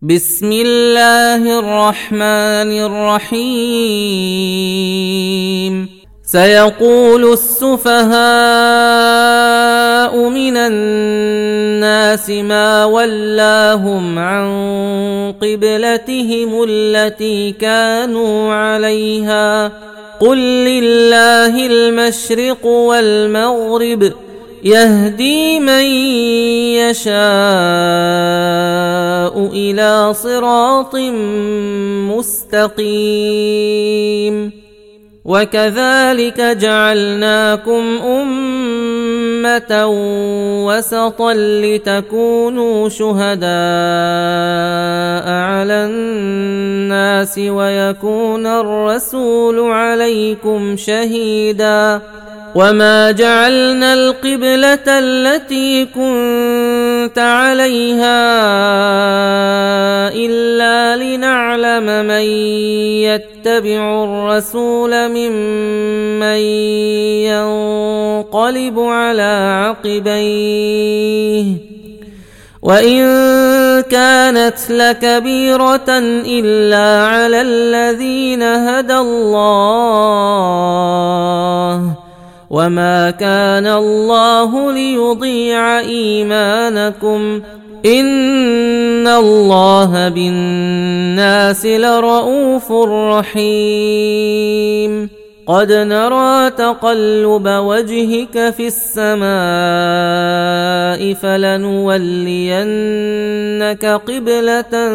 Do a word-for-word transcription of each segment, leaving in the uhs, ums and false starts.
بسم الله الرحمن الرحيم سيقول السفهاء من الناس ما ولاهم عن قبلتهم التي كانوا عليها قل لله المشرق والمغرب يهدي من يشاء إلى صراط مستقيم وكذلك جعلناكم أمة وسطا لتكونوا شهداء على الناس ويكون الرسول عليكم شهيدا وما جعلنا القبلة التي كنت عليها إلا لنعلم من يتبع الرسول ممن ينقلب على عقبيه وإن كانت لكبيرة إلا على الذين هدى الله وما كان الله ليضيع إيمانكم إن الله بالناس لرؤوف رحيم قد نرى تقلب وجهك في السماء فلنولينك قبلة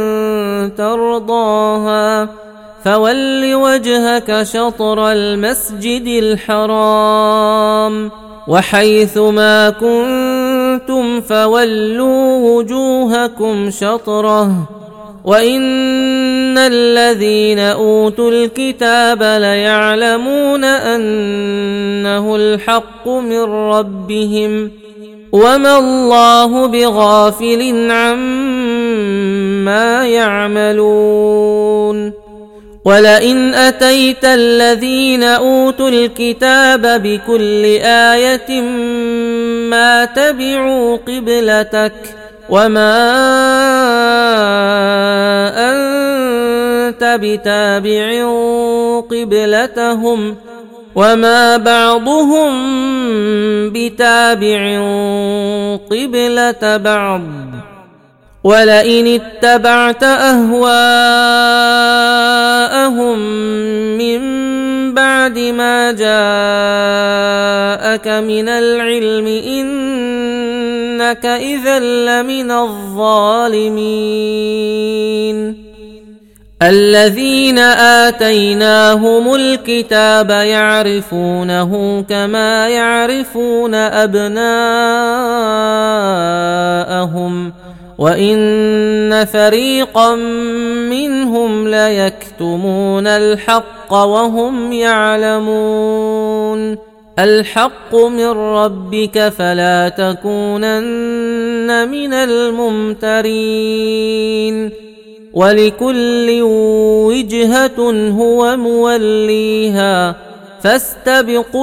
ترضاها فول وجهك شطر المسجد الحرام وحيث ما كنتم فولوا وجوهكم شطره وإن الذين أوتوا الكتاب ليعلمون أنه الحق من ربهم وما الله بغافل عما يعملون ولئن أتيت الذين أوتوا الكتاب بكل آية ما تبعوا قبلتك وما أنت بتابع قبلتهم وما بعضهم بتابع قبلة بعض ولئن اتبعت أهواءهم من بعد ما جاءك من العلم إنك إذا لمن الظالمين الذين آتيناهم الكتاب يعرفونه كما يعرفون أبناءهم وإن فريقا منهم ليكتمون الحق وهم يعلمون الحق من ربك فلا تكونن من الممترين ولكل وجهة هو موليها فاستبقوا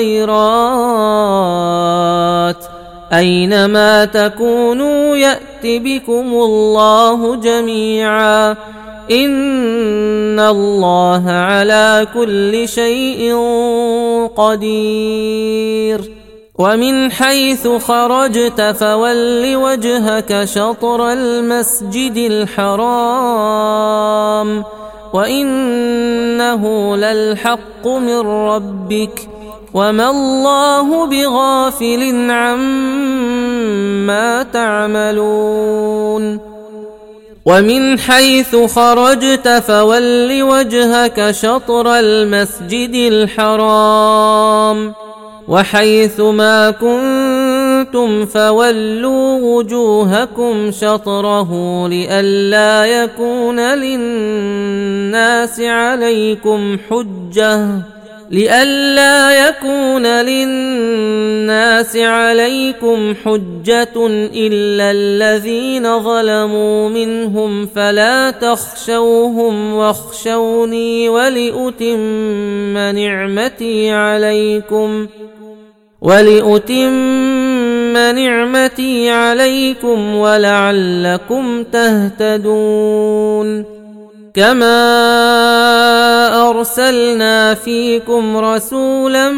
الخيرات أينما تكونوا يأت بكم الله جميعا إن الله على كل شيء قدير ومن حيث خرجت فول وجهك شطر المسجد الحرام وإنه للحق من ربك وما الله بغافل عما تعملون ومن حيث خرجت فول وجهك شطر المسجد الحرام وحيث ما كنتم فولوا وجوهكم شطره لئلا يكون للناس عليكم حجة لئلا يكون للناس عليكم حجة إلا الذين ظلموا منهم فلا تخشوهم واخشوني ولأتم نعمتي عليكم ولأتم نعمتي عليكم ولعلكم تهتدون كما أرسلنا فيكم رسولا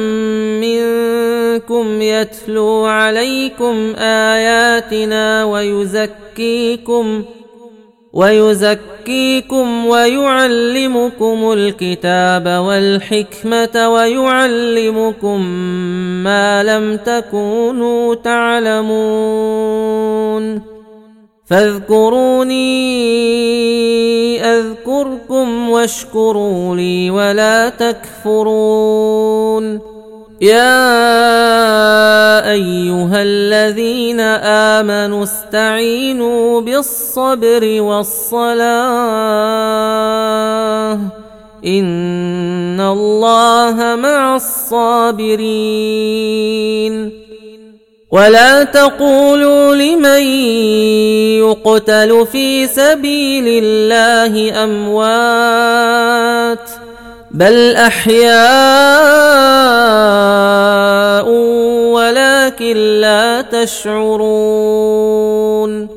منكم يتلو عليكم آياتنا ويزكيكم ويزكيكم ويعلمكم الكتاب والحكمة ويعلمكم ما لم تكونوا تعلمون فاذكروني أذكركم واشكروا لي ولا تكفرون يا أيها الذين آمنوا استعينوا بالصبر والصلاة إن الله مع الصابرين ولا تقولوا لمن يقتل في سبيل الله أموات بل أحياء ولكن لا تشعرون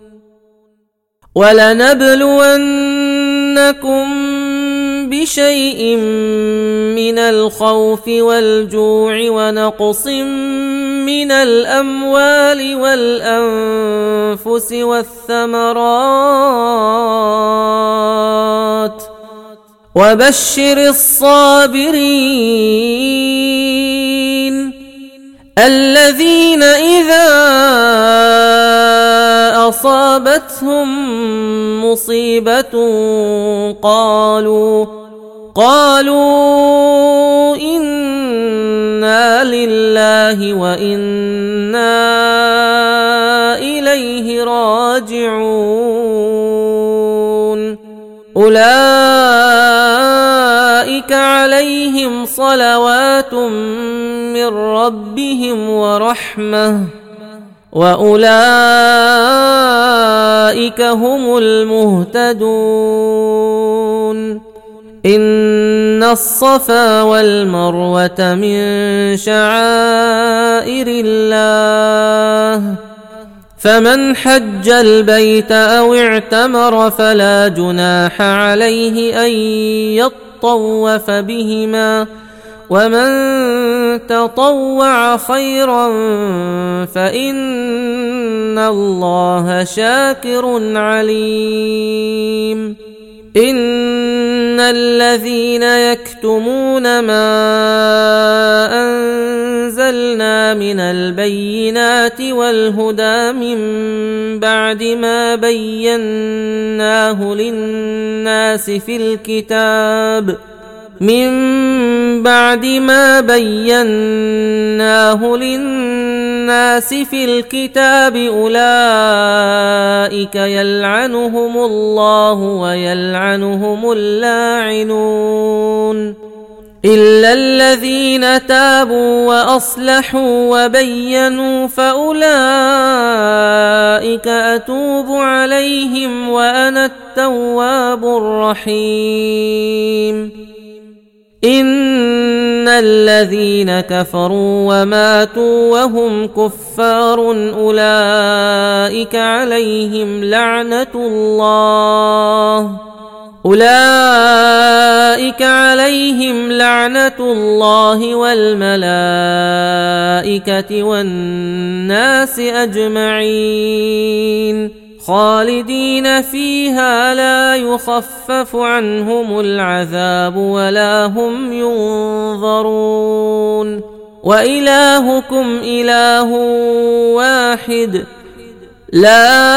ولنبلونكم بشيء من الخوف والجوع ونقص من الأموال والأنفس والثمرات وبشر الصابرين الذين إذا أصابتهم مصيبة قالوا قالوا إنا لله وإنا إليه راجعون أولئك عليهم صلوات من ربهم ورحمة وأولئك هم المهتدون إن الصفا والمروة من شعائر الله فمن حج البيت أو اعتمر فلا جناح عليه أن يطوف بهما ومن تطوع خيرا فإن الله شاكر عليم إن الذين يكتمون ما أنزلنا من البينات والهدى من بعد ما بيناه للناس في الكتاب من بعد ما بيناه للناس في الكتاب أولئك يلعنهم الله ويلعنهم اللاعنون إلا الذين تابوا وأصلحوا وبينوا فأولئك أتوب عليهم وأنا التواب الرحيم إن الذين كفروا وماتوا وهم كفار أولئك عليهم لعنة الله أولئك عليهم لعنة الله والملائكة والناس أجمعين خالدين فيها لا يخفف عنهم العذاب ولا هم ينظرون وإلهكم إله واحد لا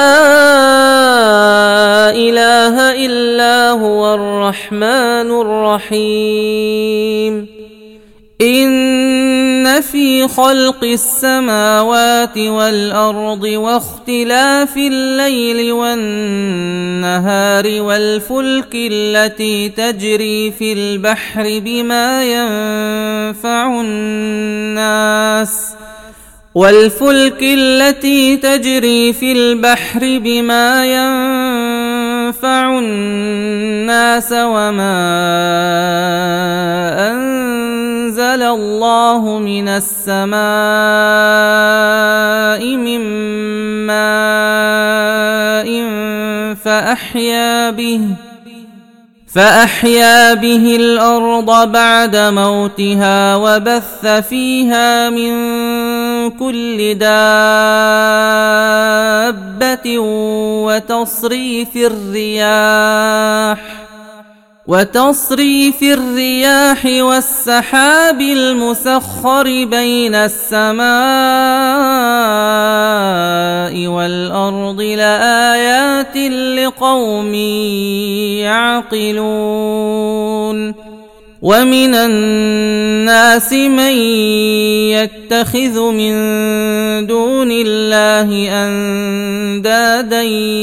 إله إلا هو الرحمن الرحيم إن في خلق السماوات والأرض واختلاف الليل والنهار والفلك التي تجري في البحر بما ينفع الناس والفلك التي تجري في البحر بما ينفع الناس وما أنزل الله من السماء فأحيا به فأحيا به الأرض بعد موتها وبث فيها من كل دابة وتصريف الرياح وتصريف الرياح والسحاب المسخر بين السماء والأرض لآيات لقوم يعقلون ومن الناس من يتخذ من دون الله أندادا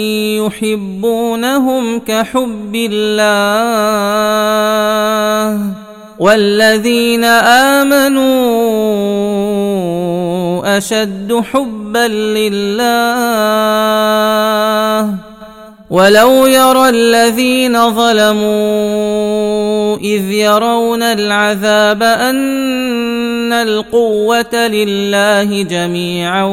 يحبونهم كحب الله والذين آمنوا أشد حبا لله ولو يرى الذين ظلموا إذ يرون العذاب أن القوة لله جميعا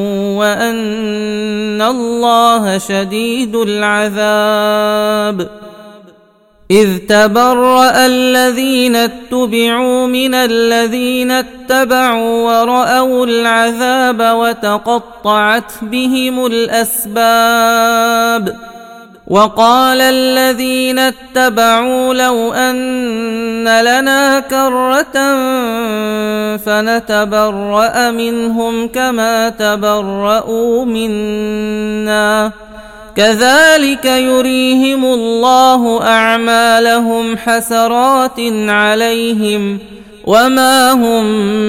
وأن الله شديد العذاب إذ تبرأ الذين اتبعوا من الذين اتبعوا ورأوا العذاب وتقطعت بهم الأسباب وقال الذين اتبعوا لو أن لنا كرة فنتبرأ منهم كما تبرأوا منا كذلك يريهم الله أعمالهم حسرات عليهم وما هم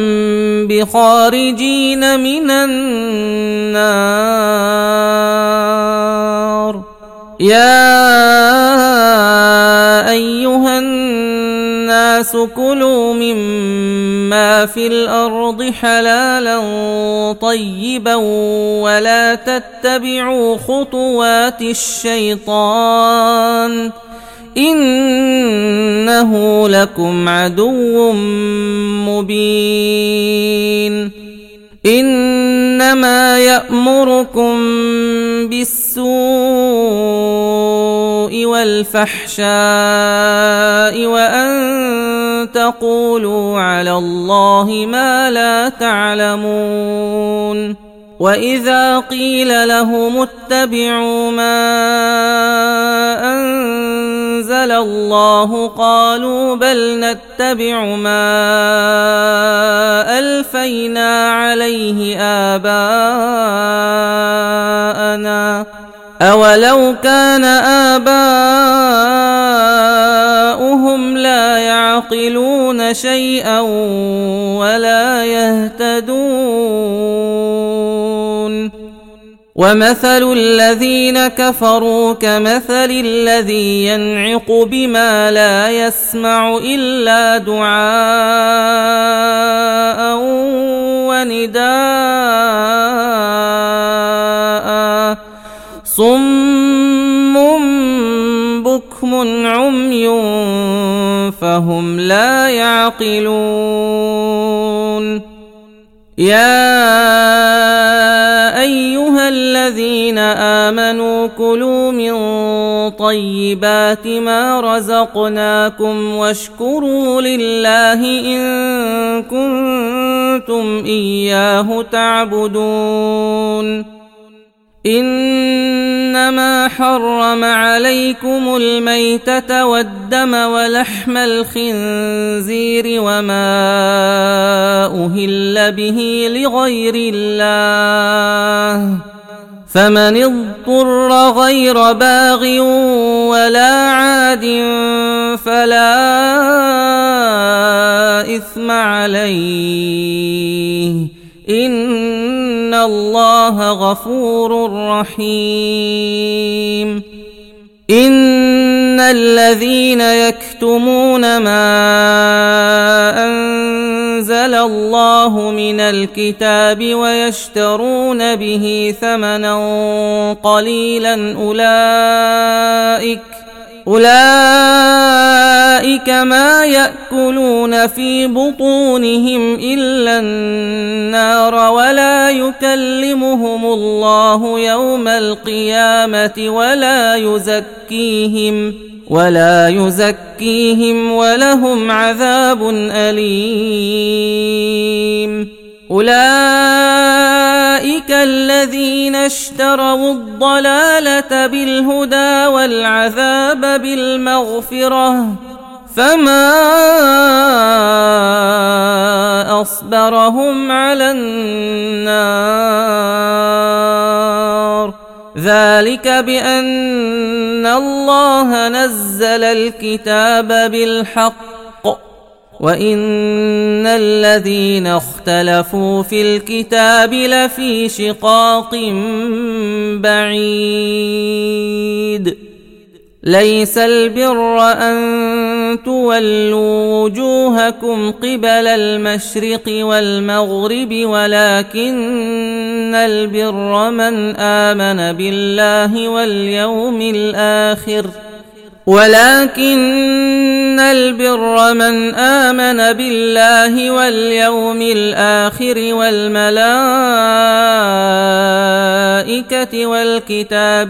بخارجين من النار يا أيها الناس كلوا مما في الأرض حلالا طيبا ولا تتبعوا خطوات الشيطان إنه لكم عدو مبين إنما يأمركم بالسوء والفحشاء وأن تقولوا على الله ما لا تعلمون وإذا قيل لهم اتبعوا ما أنزل الله قالوا بل نتبع ما ألفينا عليه آباءنا أولو كان آباؤهم لا يعقلون شيئا ولا يهتدون ومثل الذين كفروا كمثل الذي ينعق بما لا يسمع إلا دعاء ونداء صم بكم عمي فهم لا يعقلون يا أيها الذين آمنوا كلوا من طيبات ما رزقناكم واشكروا لله إن كنتم إياه تعبدون إنما حرم عليكم الميتة والدم ولحم الخنزير وما أهل به لغير الله فمن اضطر غير باغ ولا عاد فلا إثم عليه إن الله غفور رحيم إن الذين يكتمون ما أنزل الله من الكتاب ويشترون به ثمنا قليلا أولئك أولئك أولئك ما يأكلون في بطونهم إلا النار ولا يكلمهم الله يوم القيامة ولا يزكيهم ولا يزكيهم ولهم عذاب أليم. أولئك الذين اشتروا الضلالة بالهدى والعذاب بالمغفرة فما أصبرهم على النار ذلك بأن الله نزل الكتاب بالحق وإن الذين اختلفوا في الكتاب لفي شقاق بعيد. ليس البر أن تولوا وجوهكم قبل المشرق والمغرب ولكن البر من آمن بالله واليوم الآخر ولكن البر من آمن بالله واليوم الآخر والملائكة والكتاب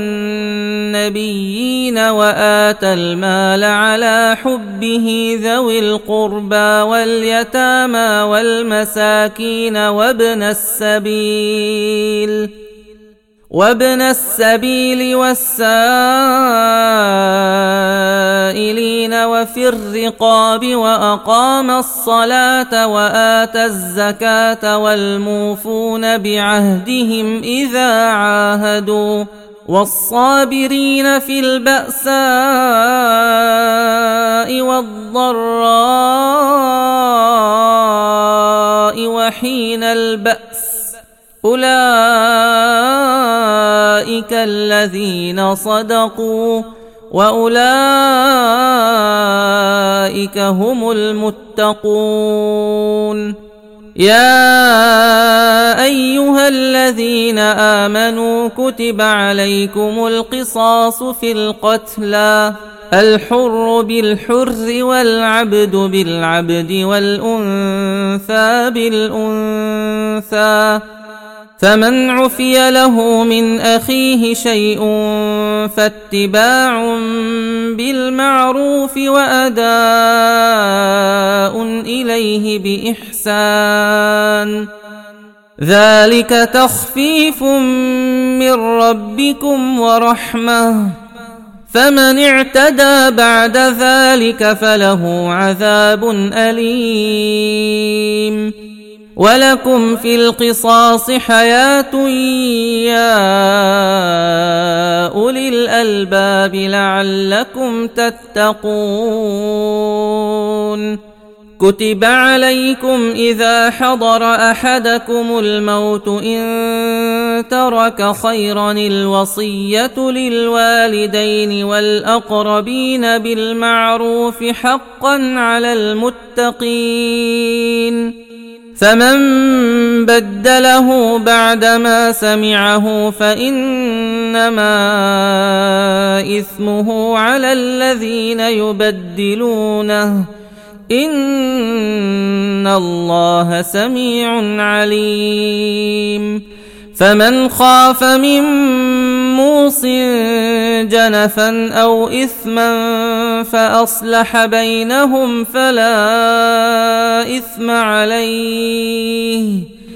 والنبيين وآتى المال على حبه ذوي القربى واليتامى والمساكين وابن السبيل وابن السبيل والسائلين وفي الرقاب وأقام الصلاة وآتى الزكاة والموفون بعهدهم إذا عاهدوا والصابرين في البأساء والضراء وحين البأس أولئك الذين صدقوا وأولئك هم المتقون. يا أيها الذين آمنوا كتب عليكم القصاص في القتلى الحر بالحر والعبد بالعبد والأنثى بالأنثى فمن عفي له من أخيه شيء فاتباع بالمعروف وأداء إليه بإحسان ذلك تخفيف من ربكم ورحمة فمن اعتدى بعد ذلك فله عذاب أليم. ولكم في القصاص حياة يا أولي الألباب لعلكم تتقون. كتب عليكم إذا حضر أحدكم الموت إن ترك خيرا الوصية للوالدين والأقربين بالمعروف حقا على المتقين فمن بدله بعدما سمعه فإنما إثمه على الذين يبدلونه إن الله سميع عليم. فمن خاف من موص جنفا أو إثما فأصلح بينهم فلا إثم عليه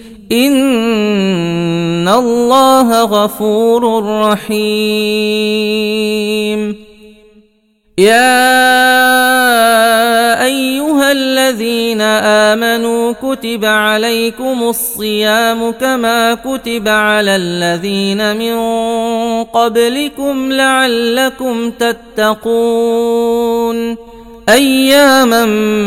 إن الله غفور رحيم. يا أيها الذين آمنوا كتب عليكم الصيام كما كتب على الذين من قبلكم لعلكم تتقون أياما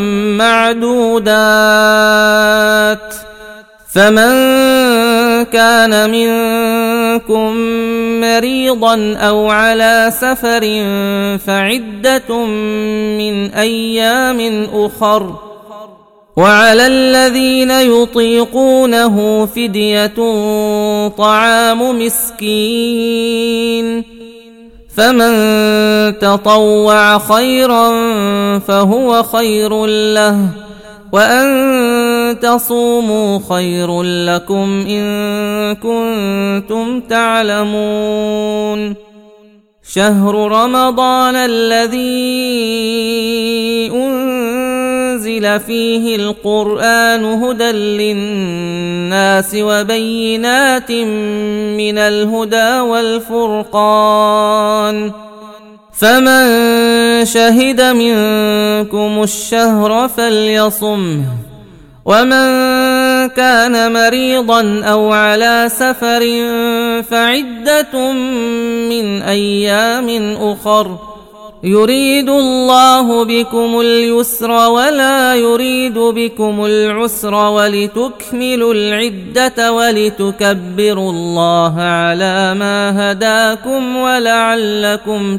معدودات فمن كان منكم مريضا أو على سفر فعدة من أيام أخر وعلى الذين يطيقونه فدية طعام مسكين فمن تطوع خيرا فهو خير له، وأن تصوموا خير لكم إن كنتم تعلمون. شهر رمضان الذي أنزل فيه القرآن هدى للناس وبينات من الهدى والفرقان، فمن شهد منكم الشهر فليصمه، ومن كان مريضا أو على سفر فعدة من أيام أخر، يريد الله بكم اليسر ولا يريد بكم العسر ولتكملوا العدة ولتكبروا الله على ما هداكم ولعلكم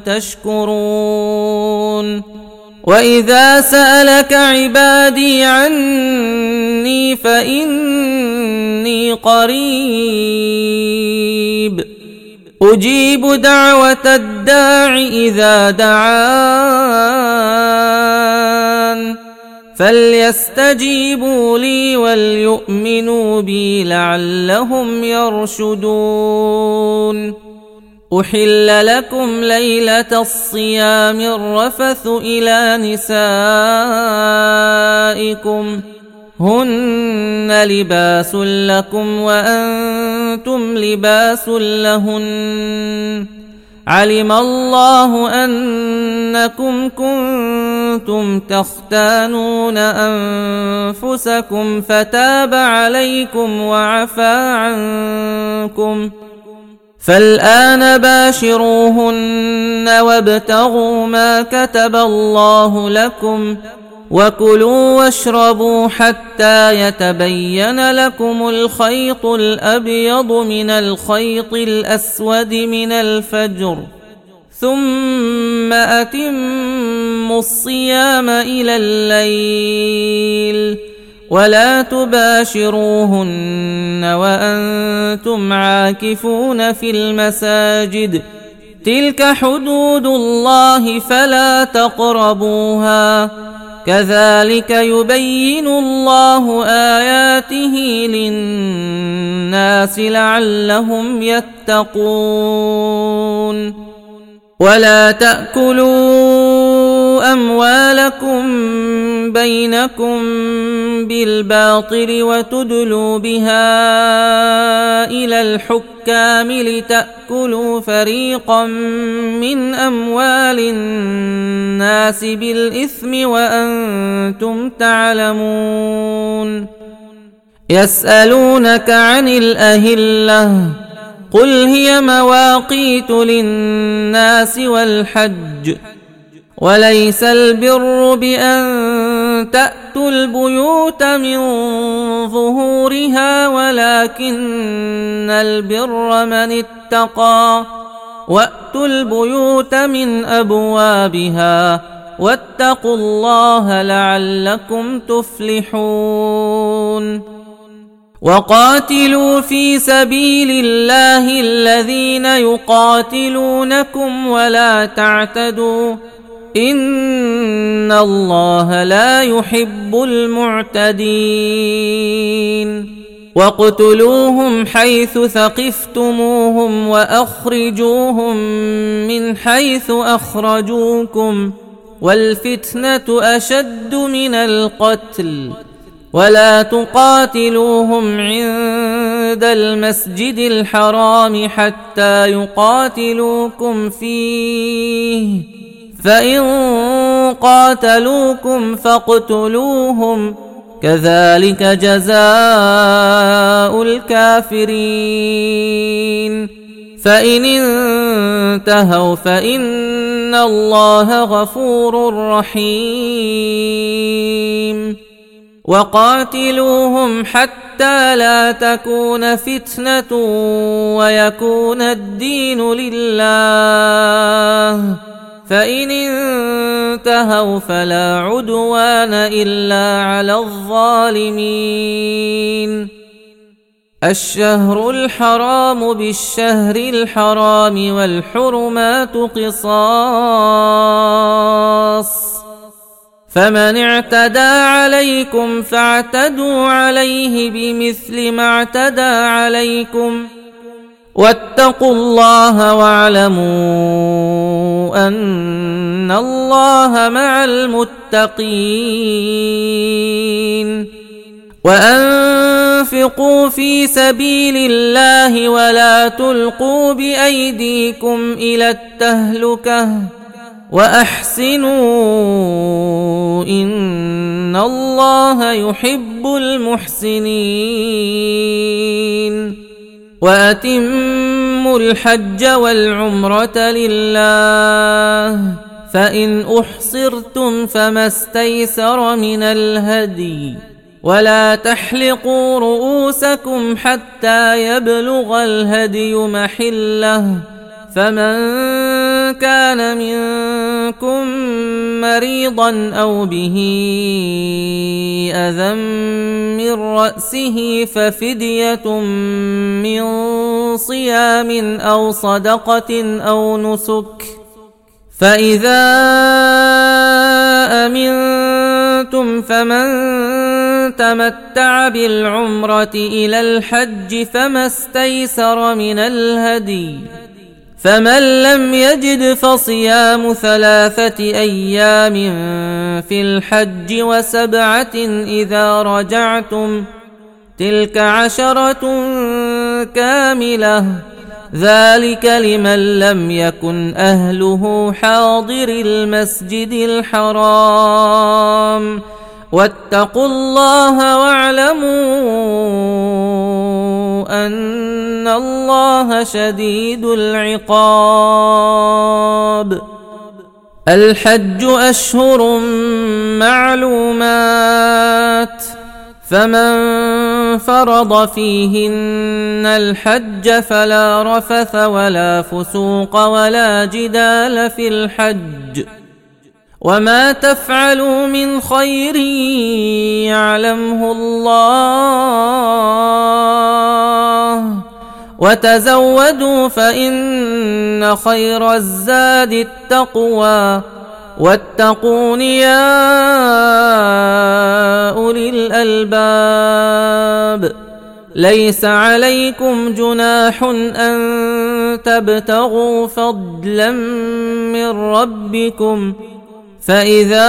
تشكرون. وإذا سألك عبادي عني فإني قريب أجيب دعوة الداع إذا دعان، فليستجيبوا لي وليؤمنوا بي لعلهم يرشدون. أحل لكم ليلة الصيام الرفث إلى نسائكم هن لباس لكم وأنتم لباس لهن، علم الله أنكم كنتم تختانون أنفسكم فتاب عليكم وعفى عنكم، فالآن باشروهن وابتغوا ما كتب الله لكم، وكلوا واشربوا حتى يتبين لكم الخيط الأبيض من الخيط الأسود من الفجر، ثم أتموا الصيام إلى الليل، ولا تباشروهن وأنتم عاكفون في المساجد، تلك حدود الله فلا تقربوها، كذلك يبين الله آياته للناس لعلهم يتقون. ولا تأكلوا أموالكم بينكم بالباطل وتدلوا بها إلى الحكام لتأكلوا فريقا من أموال الناس بالإثم وأنتم تعلمون. يسألونك عن الأهلة قل هي مواقيت للناس والحج، وليس البر بأن تأتوا البيوت من ظهورها ولكن البر من اتقى، وأتوا البيوت من أبوابها واتقوا الله لعلكم تفلحون. وقاتلوا في سبيل الله الذين يقاتلونكم ولا تعتدوا إن الله لا يحب المعتدين. واقتلوهم حيث ثقفتموهم وأخرجوهم من حيث أخرجوكم والفتنة أشد من القتل، ولا تقاتلوهم عند المسجد الحرام حتى يقاتلوكم فيه، فإن قاتلوكم فاقتلوهم، كذلك جزاء الكافرين. فإن انتهوا فإن الله غفور رحيم. وقاتلوهم حتى لا تكون فتنة ويكون الدين لله، فإن انتهوا فلا عدوان إلا على الظالمين. الشهر الحرام بالشهر الحرام والحرمات قصاص فمن اعتدى عليكم فاعتدوا عليه بمثل ما اعتدى عليكم واتقوا الله واعلموا أن الله مع المتقين وأنفقوا في سبيل الله ولا تلقوا بأيديكم إلى التهلكة وأحسنوا إن الله يحب المحسنين وأتموا الحج والعمرة لله فإن أحصرتم فما استيسر من الهدي ولا تحلقوا رؤوسكم حتى يبلغ الهدي محله فمن كان منكم مريضا أو به أذى من رأسه ففدية من صيام أو صدقة أو نسك فإذا أمنتم فمن تمتع بالعمرة إلى الحج فما استيسر من الهدي فمن لم يجد فصيام ثلاثة أيام في الحج وسبعة إذا رجعتم تلك عشرة كاملة ذلك لمن لم يكن أهله حاضر المسجد الحرام واتقوا الله واعلموا أن الله شديد العقاب الحج أشهر معلومات فمن فرض فيهن الحج فلا رفث ولا فسوق ولا جدال في الحج وما تفعلوا من خير يعلمه الله وتزودوا فإن خير الزاد التقوى واتقون يا أولي الألباب ليس عليكم جناح أن تبتغوا فضلا من ربكم فإذا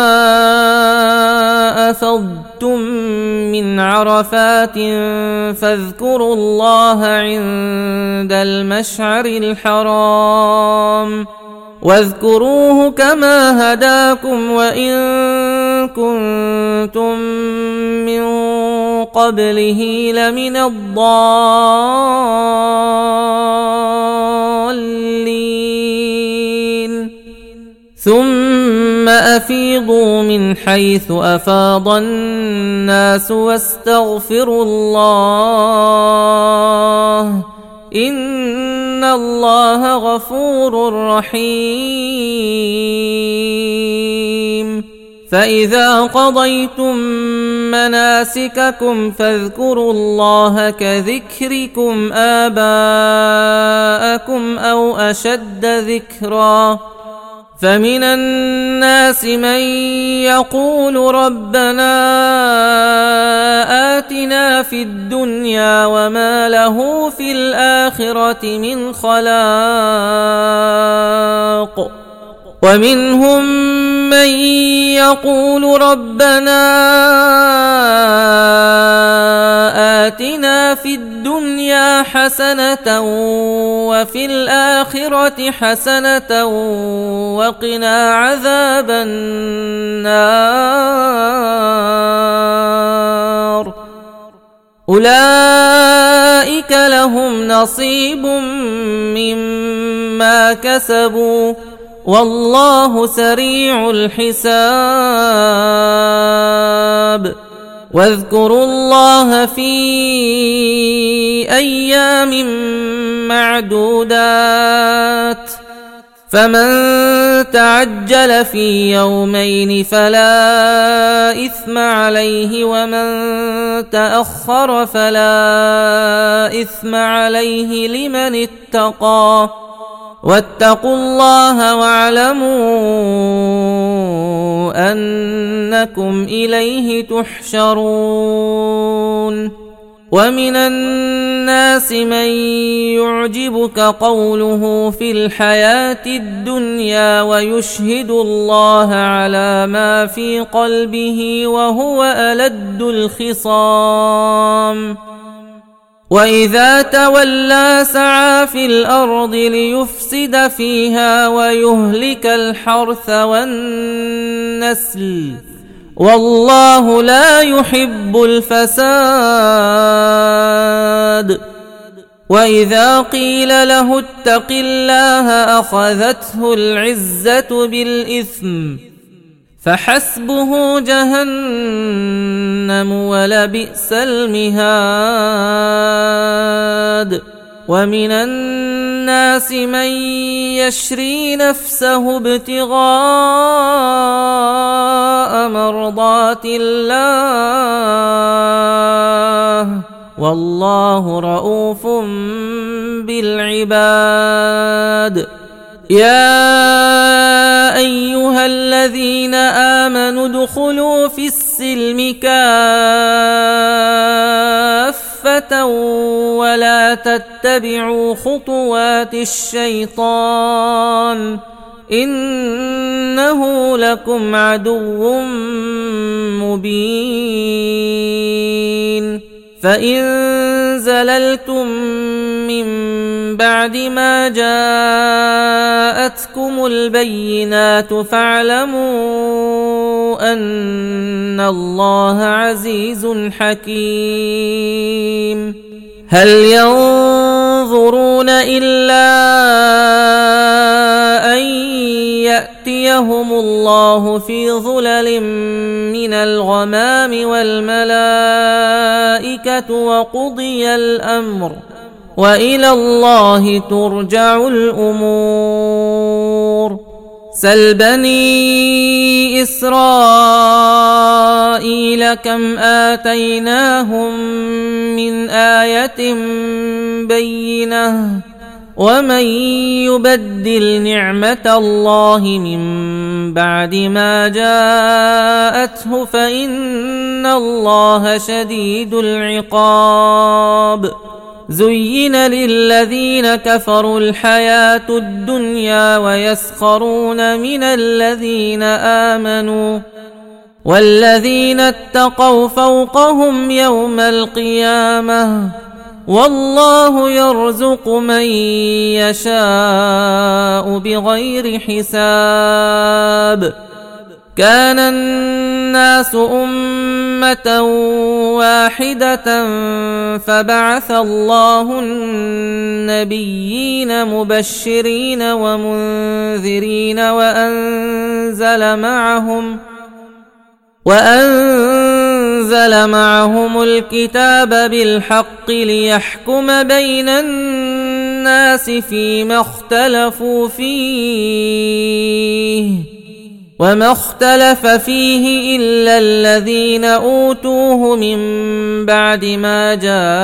أفضتم من عرفات فاذكروا الله عند المشعر الحرام واذكروه كما هداكم وإن كنتم من قبله لمن الضالين ثم أفيضوا من حيث أفاض الناس واستغفروا الله إن الله غفور رحيم فإذا قضيتم مناسككم فاذكروا الله كذكركم آباءكم أو أشد ذكرا فمن الناس من يقول ربنا آتنا في الدنيا وما له في الآخرة من خلاق ومنهم من يقول ربنا آتنا في الدنيا حسنة وفي الآخرة حسنة وقنا عذاب النار أولئك لهم نصيب مما كسبوا والله سريع الحساب واذكروا الله في أيام معدودات فمن تعجل في يومين فلا إثم عليه ومن تأخر فلا إثم عليه لمن اتقى واتقوا الله واعلموا أنكم إليه تحشرون. ومن الناس من يعجبك قوله في الحياة الدنيا ويشهد الله على ما في قلبه وهو ألد الخصام وإذا تولى سعى في الأرض ليفسد فيها ويهلك الحرث والنسل والله لا يحب الفساد. وإذا قيل له اتق الله أخذته العزة بالإثم فحسبه جهنم ولبئس المهاد. ومن الناس من يشري نفسه ابتغاء مرضات الله والله رؤوف بالعباد. يا أيها الذين آمنوا ادخلوا في السلم كافة ولا تتبعوا خطوات الشيطان إنه لكم عدو مبين. فإن زللتم من بعد ما جاءتكم البينات فاعلموا أن الله عزيز حكيم. هل ينظرون إلا أن يأتيهم الله في ظلل من الغمام والملائكة وقضي الأمر وإلى الله ترجع الأمور. سل بني إسرائيل كم آتيناهم من آية بينة ومن يبدل نعمة الله من بعد ما جاءته فإن الله شديد العقاب. زين للذين كفروا الحياة الدنيا ويسخرون من الذين آمنوا والذين اتقوا فوقهم يوم القيامة والله يرزق من يشاء بغير حساب. كان الناس أمة واحدة فبعث الله النبيين مبشرين ومنذرين وأنزل معهم وأنزل معهم الكتاب بالحق ليحكم بين الناس فيما اختلفوا فيه وما اختلف فيه إلا الذين أوتوه من بعد ما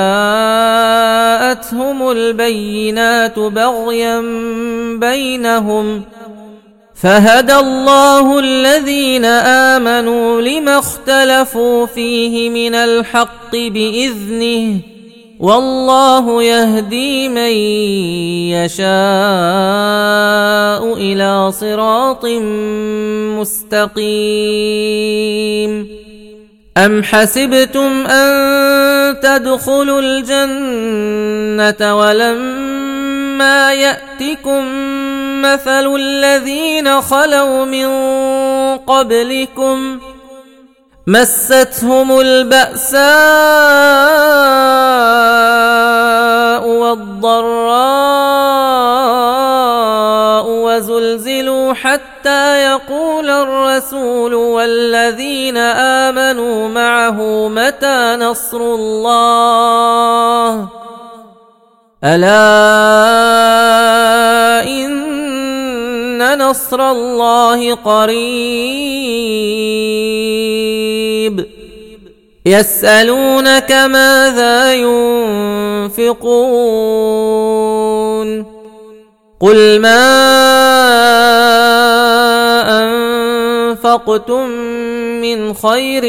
جاءتهم البينات بغيا بينهم فهدى الله الذين آمنوا لما اختلفوا فيه من الحق بإذنه والله يهدي من يشاء إلى صراط مستقيم. أم حسبتم أن تدخلوا الجنة ولما يأتكم مثل الذين خلوا من قبلكم مستهم البأساء والضراء وزلزلوا حتى يقول الرسول والذين آمنوا معه متى نصر الله ألا إن إن نصر الله قريب يسألونك ماذا ينفقون قل ما أنفقتم من خير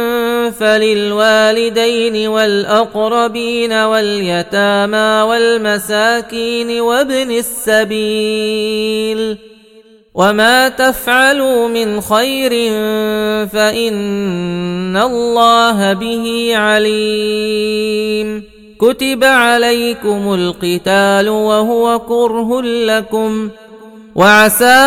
فللوالدين والأقربين واليتامى والمساكين وابن السبيل وما تفعلوا من خير فإن الله به عليم كتب عليكم القتال وهو كره لكم وعسى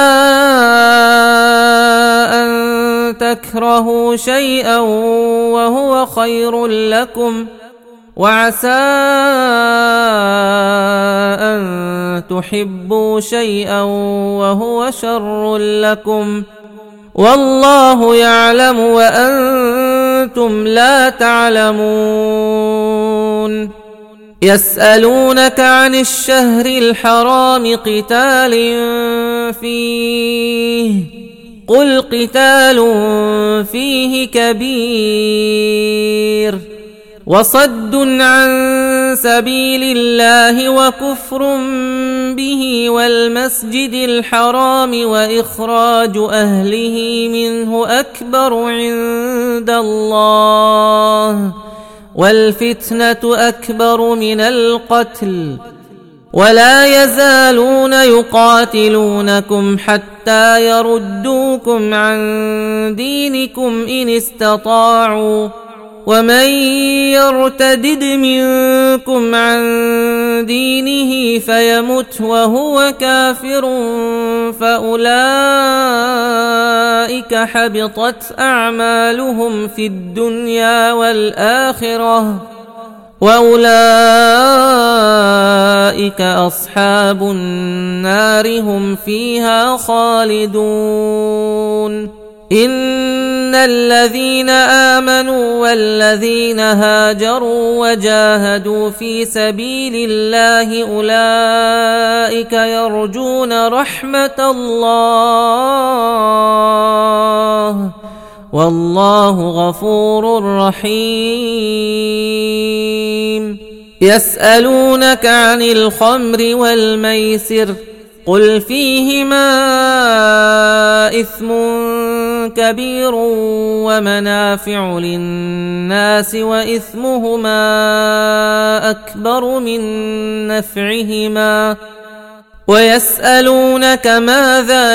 أن تكرهوا شيئا وهو خير لكم وعسى أن تحبوا شيئا وهو شر لكم والله يعلم وأنتم لا تعلمون يسألونك عن الشهر الحرام قتال فيه قل قتال فيه كبير وصد عن سبيل الله وكفر به والمسجد الحرام وإخراج أهله منه أكبر عند الله والفتنة أكبر من القتل ولا يزالون يقاتلونكم حتى يردوكم عن دينكم إن استطاعوا ومن يرتدد منكم عن دينه فيمت وهو كافر فأولئك حبطت أعمالهم في الدنيا والآخرة وأولئك أصحاب النار هم فيها خالدون إن الذين آمنوا والذين هاجروا وجاهدوا في سبيل الله أولئك يرجون رحمة الله والله غفور رحيم يسألونك عن الخمر والميسر قل فيهما إثم كبير ومنافع للناس وإثمهما أكبر من نفعهما ويسألونك ماذا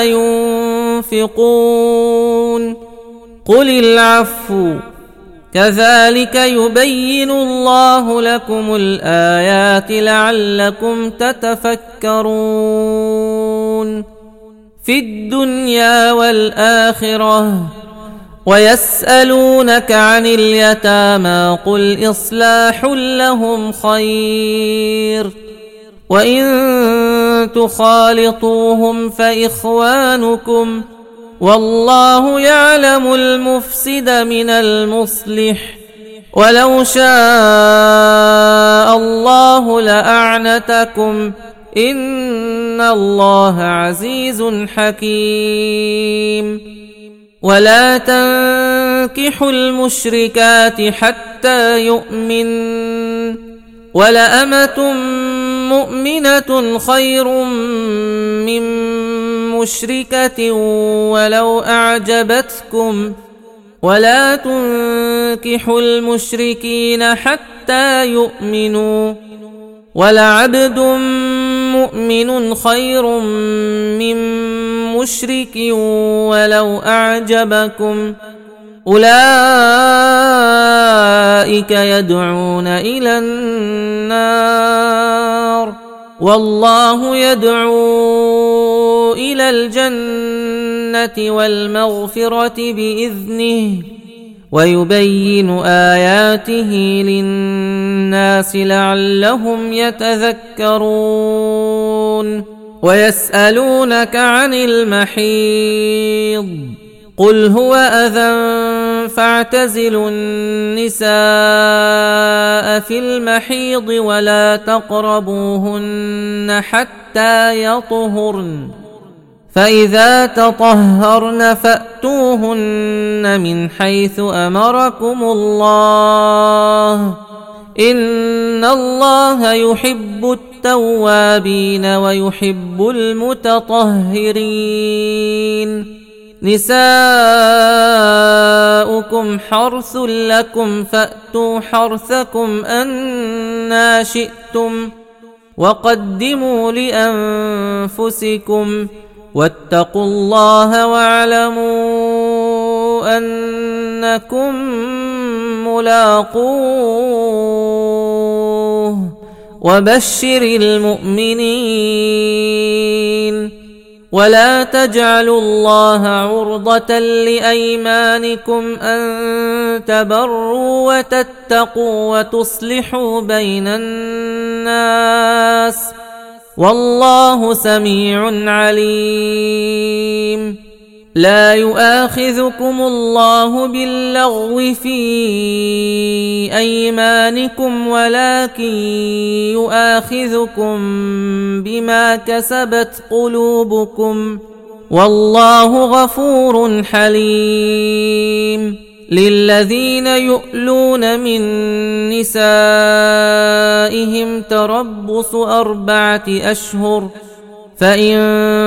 ينفقون قل العفو كذلك يبين الله لكم الآيات لعلكم تتفكرون في الدنيا والآخرة ويسألونك عن اليتامى قل إصلاح لهم خير وإن تخالطوهم فإخوانكم والله يعلم المفسد من المصلح ولو شاء الله لأعنتكم إن الله عزيز حكيم ولا تنكحوا المشركات حتى يؤمن ولأمة مؤمنة خير من مشركة ولو أعجبتكم ولا تنكحوا المشركين حتى يؤمنوا ولعبد مؤمن خير من مشرك ولو أعجبكم أولئك يدعون إلى النار والله يدعو إلى الجنة والمغفرة بإذنه ويبين آياته للناس لعلهم يتذكرون ويسألونك عن المحيض قل هو أذى فاعتزلوا النساء في المحيض ولا تقربوهن حتى يطهرن فإذا تطهرن فأتوهن من حيث أمركم الله إن الله يحب التوابين ويحب المتطهرين نساؤكم حرث لكم فأتوا حرثكم أنى شئتم وقدموا لأنفسكم واتقوا الله واعلموا أنكم ملاقوه وبشر المؤمنين ولا تجعلوا الله عرضة لأيمانكم أن تبروا وتتقوا وتصلحوا بين الناس والله سميع عليم لا يؤاخذكم الله باللغو في أيمانكم ولكن يؤاخذكم بما كسبت قلوبكم والله غفور حليم للذين يؤلون من نسائهم تربص أربعة أشهر فإن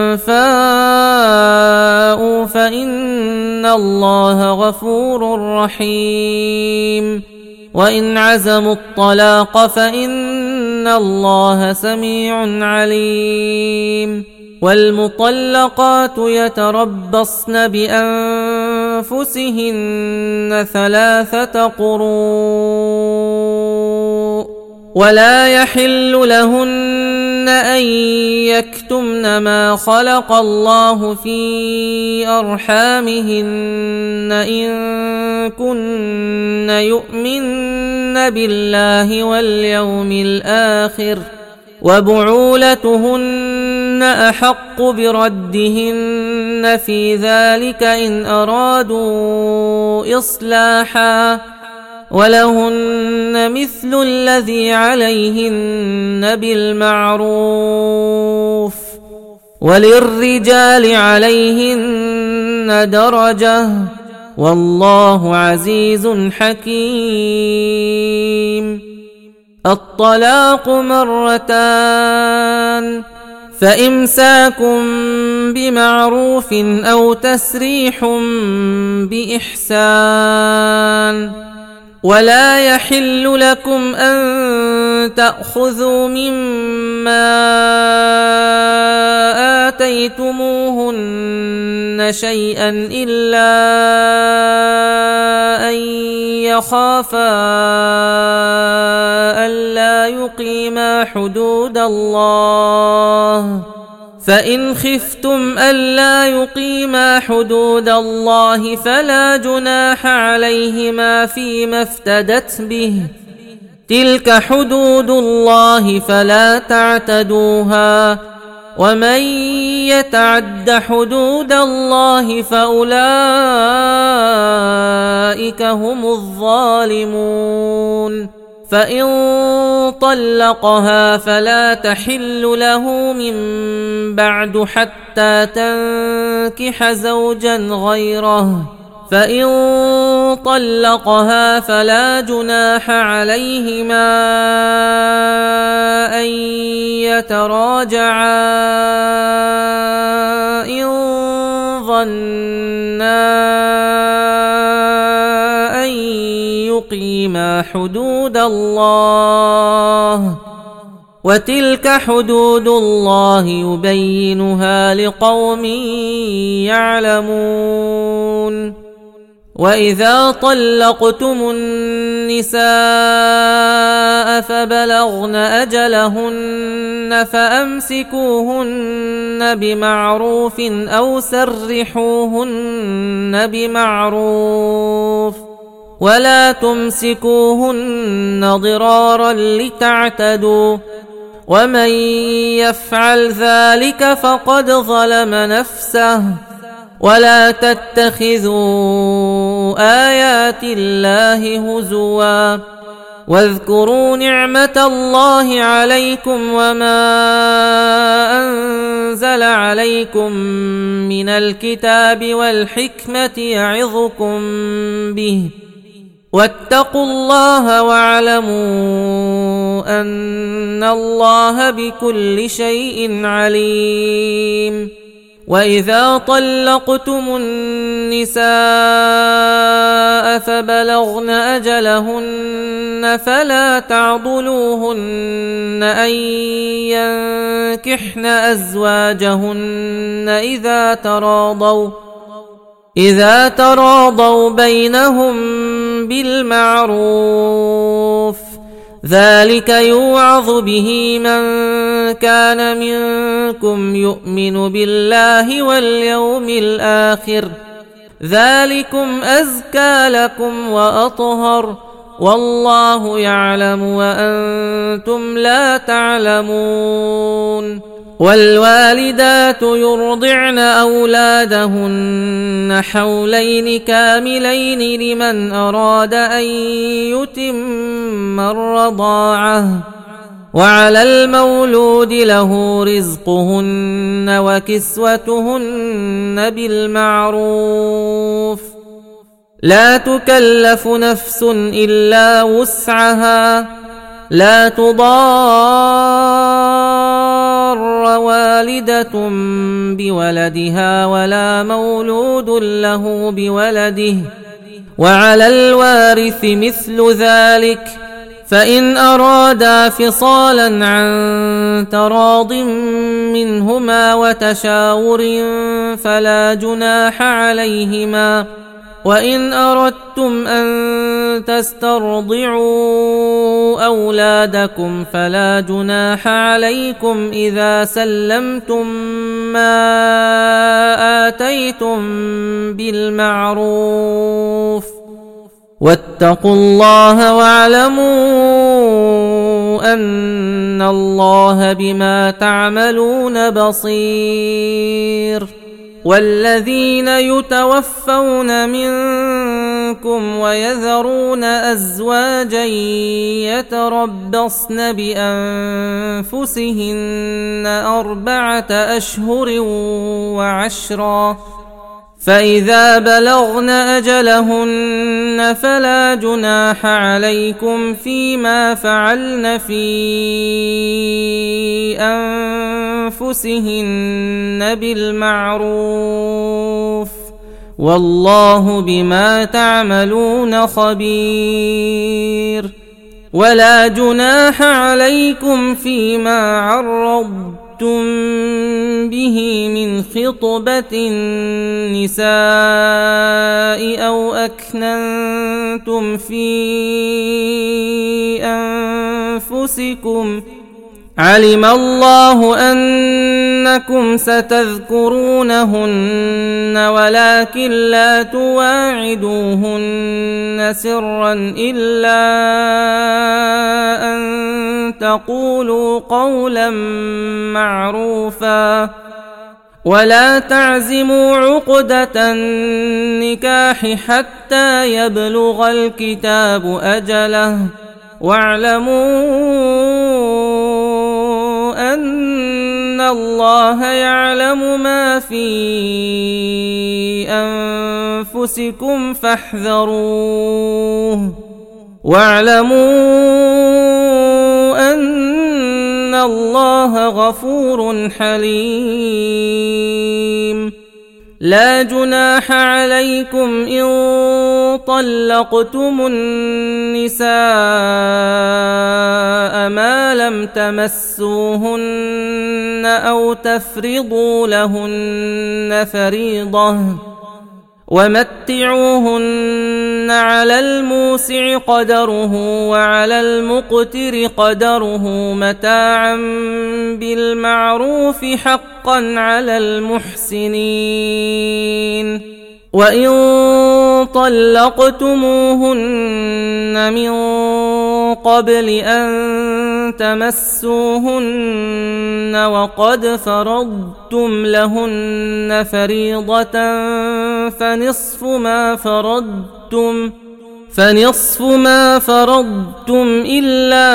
فاءوا فإن الله غفور رحيم وإن عزموا الطلاق فإن الله سميع عليم والمطلقات يتربصن بأنفسهن ثلاثة قروء ولا يحل لهن أن يكتمن ما خلق الله في أرحامهن إن كن يؤمن بالله واليوم الآخر وبعولتهن أحق بردهن في ذلك إن أرادوا إصلاحا ولهن مثل الذي عليهن بالمعروف وللرجال عليهن درجة والله عزيز حكيم الطلاق مرتان فإمساكم بمعروف أو تسريح بإحسان ولا يحل لكم أن تأخذوا مما آتيتموهن شيئا إلا أن يخافا ألا يقيما حدود الله فإن خفتم ألا يقيما حدود الله فلا جناح عليهما فيما افتدت به تلك حدود الله فلا تعتدوها ومن يتعد حدود الله فأولئك هم الظالمون فإن طلقها فلا تحل له من بعد حتى تنكح زوجا غيره فإن طلقها فلا جناح عليهما أن يتراجعا إن ظنا أن يقيما حدود الله وتلك حدود الله يبينها لقوم يعلمون وإذا طلقتم النساء فبلغن أجلهن فأمسكوهن بمعروف أو سرحوهن بمعروف ولا تمسكوهن ضرارا لتعتدوا ومن يفعل ذلك فقد ظلم نفسه ولا تتخذوا آيات الله هزوا واذكروا نعمة الله عليكم وما أنزل عليكم من الكتاب والحكمة يعظكم به واتقوا الله واعلموا أن الله بكل شيء عليم. وإذا طلقتم النساء فبلغن أجلهن فلا تعضلوهن أن ينكحن أزواجهن إذا تراضوا إذا تراضوا بينهم بالمعروف، ذلك يوعظ به من كان منكم يؤمن بالله واليوم الآخر، ذلكم أزكى لكم وأطهر، والله يعلم وأنتم لا تعلمون. والوالدات يرضعن أولادهن حولين كاملين لمن أراد أن يتم الرضاعة، وعلى المولود له رزقهن وكسوتهن بالمعروف، لا تكلف نفس إلا وسعها، لا تضار والدة بولدها ولا مولود له بولده، وعلى الوارث مثل ذلك، فإن أرادا فصالا عن تراض منهما وتشاور فلا جناح عليهما. وإن أردتم أن تسترضعوا أولادكم فلا جناح عليكم إذا سلمتم ما آتيتم بالمعروف، واتقوا الله واعلموا أن الله بما تعملون بصير. والذين يتوفون منكم ويذرون أزواجا يتربصن بأنفسهن أربعة أشهر وعشرا، فإذا بلغن أجلهن فلا جناح عليكم فيما فعلن في أنفسهن بالمعروف، والله بما تعملون خبير. ولا جناح عليكم فيما عرضتم به من خطبة النساء أو أكننتم في أنفسكم، علم الله أنكم ستذكرونهن ولكن لا تواعدوهن سرا إلا أن تقولوا قولا معروفا، ولا تعزموا عقدة النكاح حتى يبلغ الكتاب أجله، واعلموا أن الله يعلم ما في أنفسكم فاحذروه، واعلموا أن الله غفور حليم. لا جناح عليكم إن طلقتم النساء ما لم تمسوهن أو تفرضوا لهن فريضة، ومتعوهن على الموسع قدره وعلى المقتر قدره متاعا بالمعروف حقا على المحسنين. وإن طلقتموهن من قبل أن تمسوهن وقد فرضتم لهن فريضة فنصف ما فرضتم فنصف ما فرضتم إلا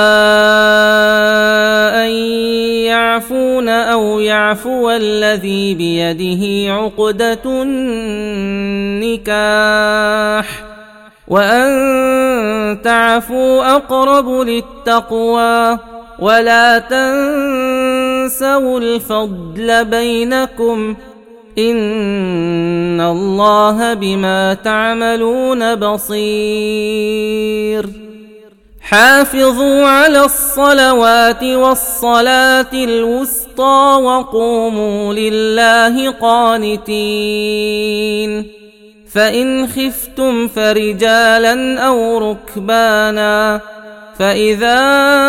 أن يعفون أو يعفو الذي بيده عقدة النكاح وأن تعفوا أقرب للتقوى ولا تنسوا الفضل بينكم إن الله بما تعملون بصير. حافظوا على الصلوات والصلاة الوسطى وقوموا لله قانتين. فإن خفتم فرجالا أو ركبانا فإذا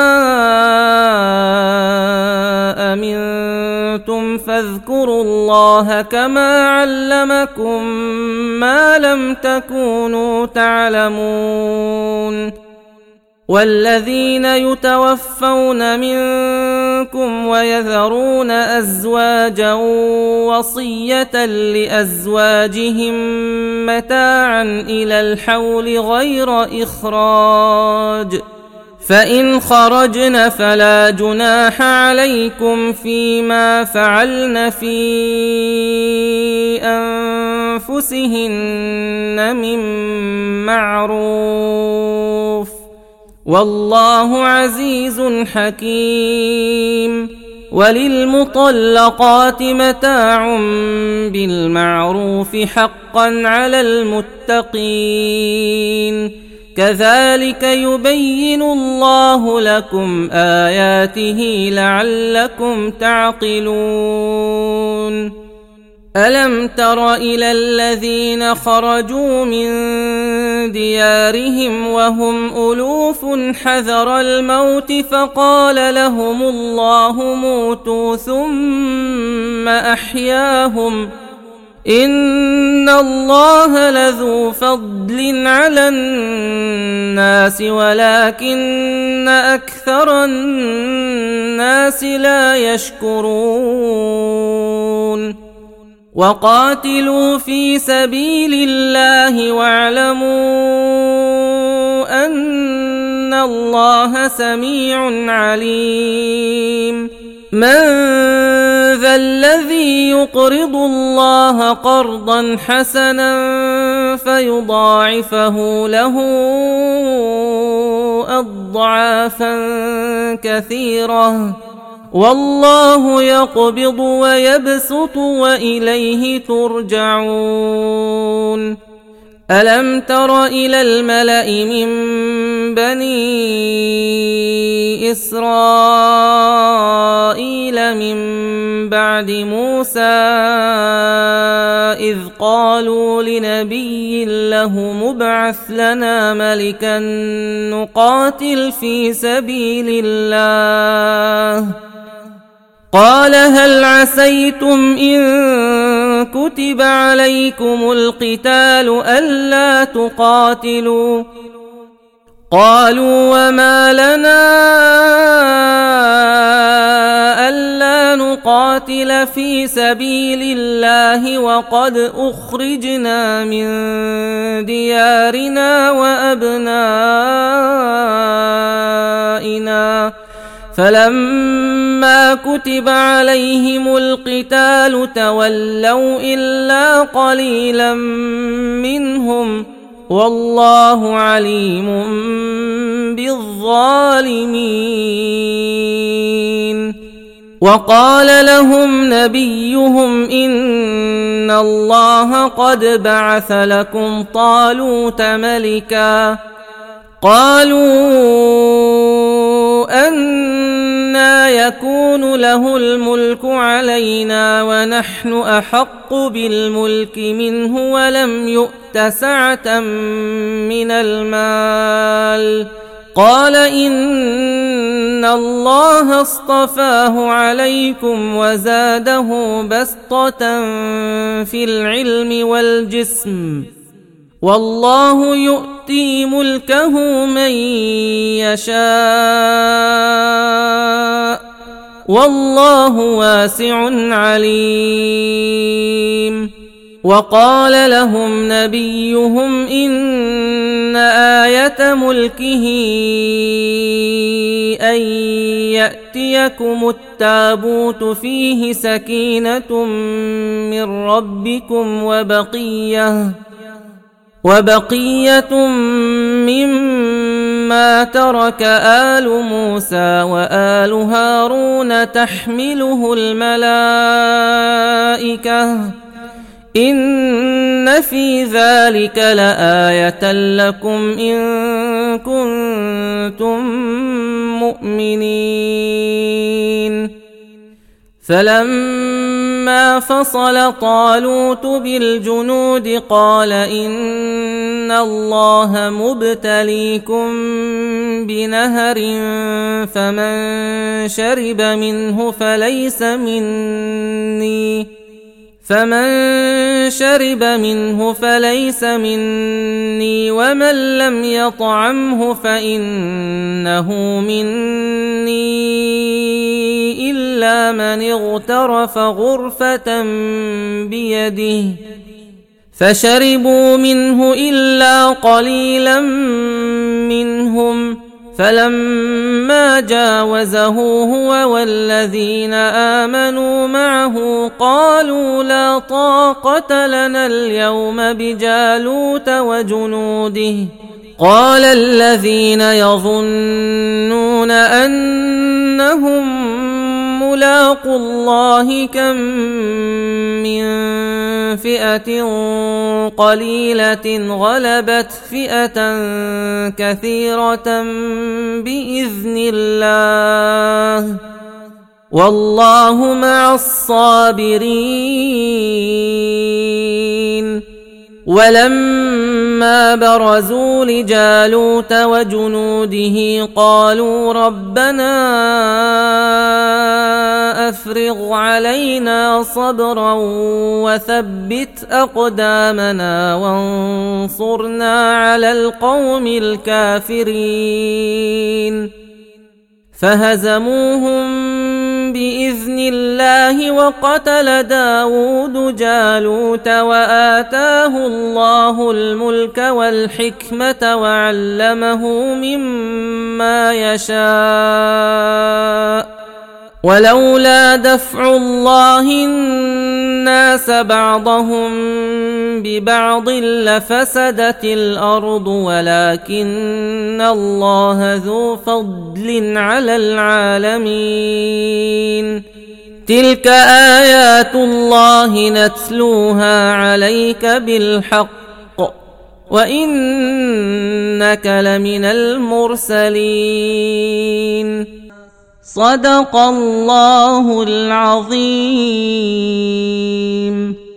أمنتم فاذكروا الله كما علمكم ما لم تكونوا تعلمون. والذين يتوفون منكم ويذرون أزواجا وصية لأزواجهم متاعا إلى الحول غير إخراج فإن خرجن فلا جناح عليكم فيما فعلن في أنفسهن من معروف والله عزيز حكيم. وللمطلقات متاع بالمعروف حقا على المتقين كذلك يبين الله لكم آياته لعلكم تعقلون. ألم تر إلى الذين خرجوا من ديارهم وهم ألوف حذر الموت فقال لهم الله موتوا ثم أحياهم إن الله لذو فضل على الناس ولكن أكثر الناس لا يشكرون. وقاتلوا في سبيل الله واعلموا أن الله سميع عليم. من ذا الذي يقرض الله قرضا حسنا فيضاعفه له أضعافا كثيرة والله يقبض ويبسط وإليه ترجعون. ألم تر إلى الملأ من بني إسرائيل من بعد موسى إذ قالوا لنبي له مبعث لنا ملكا نقاتل في سبيل الله قال هل عسيتم إن كتب عليكم القتال ألا تقاتلوا قالوا وما لنا ألا نقاتل في سبيل الله وقد أخرجنا من ديارنا وأبنائنا فلما كتب عليهم القتال تولوا إلا قليلا منهم والله عليم بالظالمين. وقال لهم نبيهم إن الله قد بعث لكم طالوت ملكا قالوا أنى يكون له الملك علينا ونحن أحق بالملك منه ولم يؤت سعة من المال قال إن الله اصطفاه عليكم وزاده بسطة في العلم والجسم والله يؤتي ملكه من يشاء والله واسع عليم. وقال لهم نبيهم إن آية ملكه أن يأتيكم التابوت فيه سكينة من ربكم وبقية وبقية مما ترك آل موسى وآل هارون تحمله الملائكة إن في ذلك لآية لكم إن كنتم مؤمنين. فلما فصل طالوت بالجنود قال إن الله مبتليكم بنهر فمن شرب منه فليس مني فمن شرب منه فليس مني ومن لم يطعمه فإنه مني إلا من اغترف غرفة بيده فشربوا منه إلا قليلا منهم فلما جاوزه هو والذين آمنوا معه قالوا لا طاقة لنا اليوم بجالوت وجنوده قال الذين يظنون أنهم ملاقوا الله كم من فئة قليلة غلبت فئة كثيرة بإذن الله والله مع الصابرين. ولما برزوا لجالوت وجنوده قالوا ربنا أفرغ علينا صبرا وثبت أقدامنا وانصرنا على القوم الكافرين فهزموهم بإذن الله وقتل داود جالوت وآتاه الله الملك والحكمة وعلمه مما يشاء ولولا دفع الله الناس بعضهم ببعض لفسدت الأرض ولكن الله ذو فضل على العالمين. تلك آيات الله نتلوها عليك بالحق وإنك لمن المرسلين. صدق الله العظيم.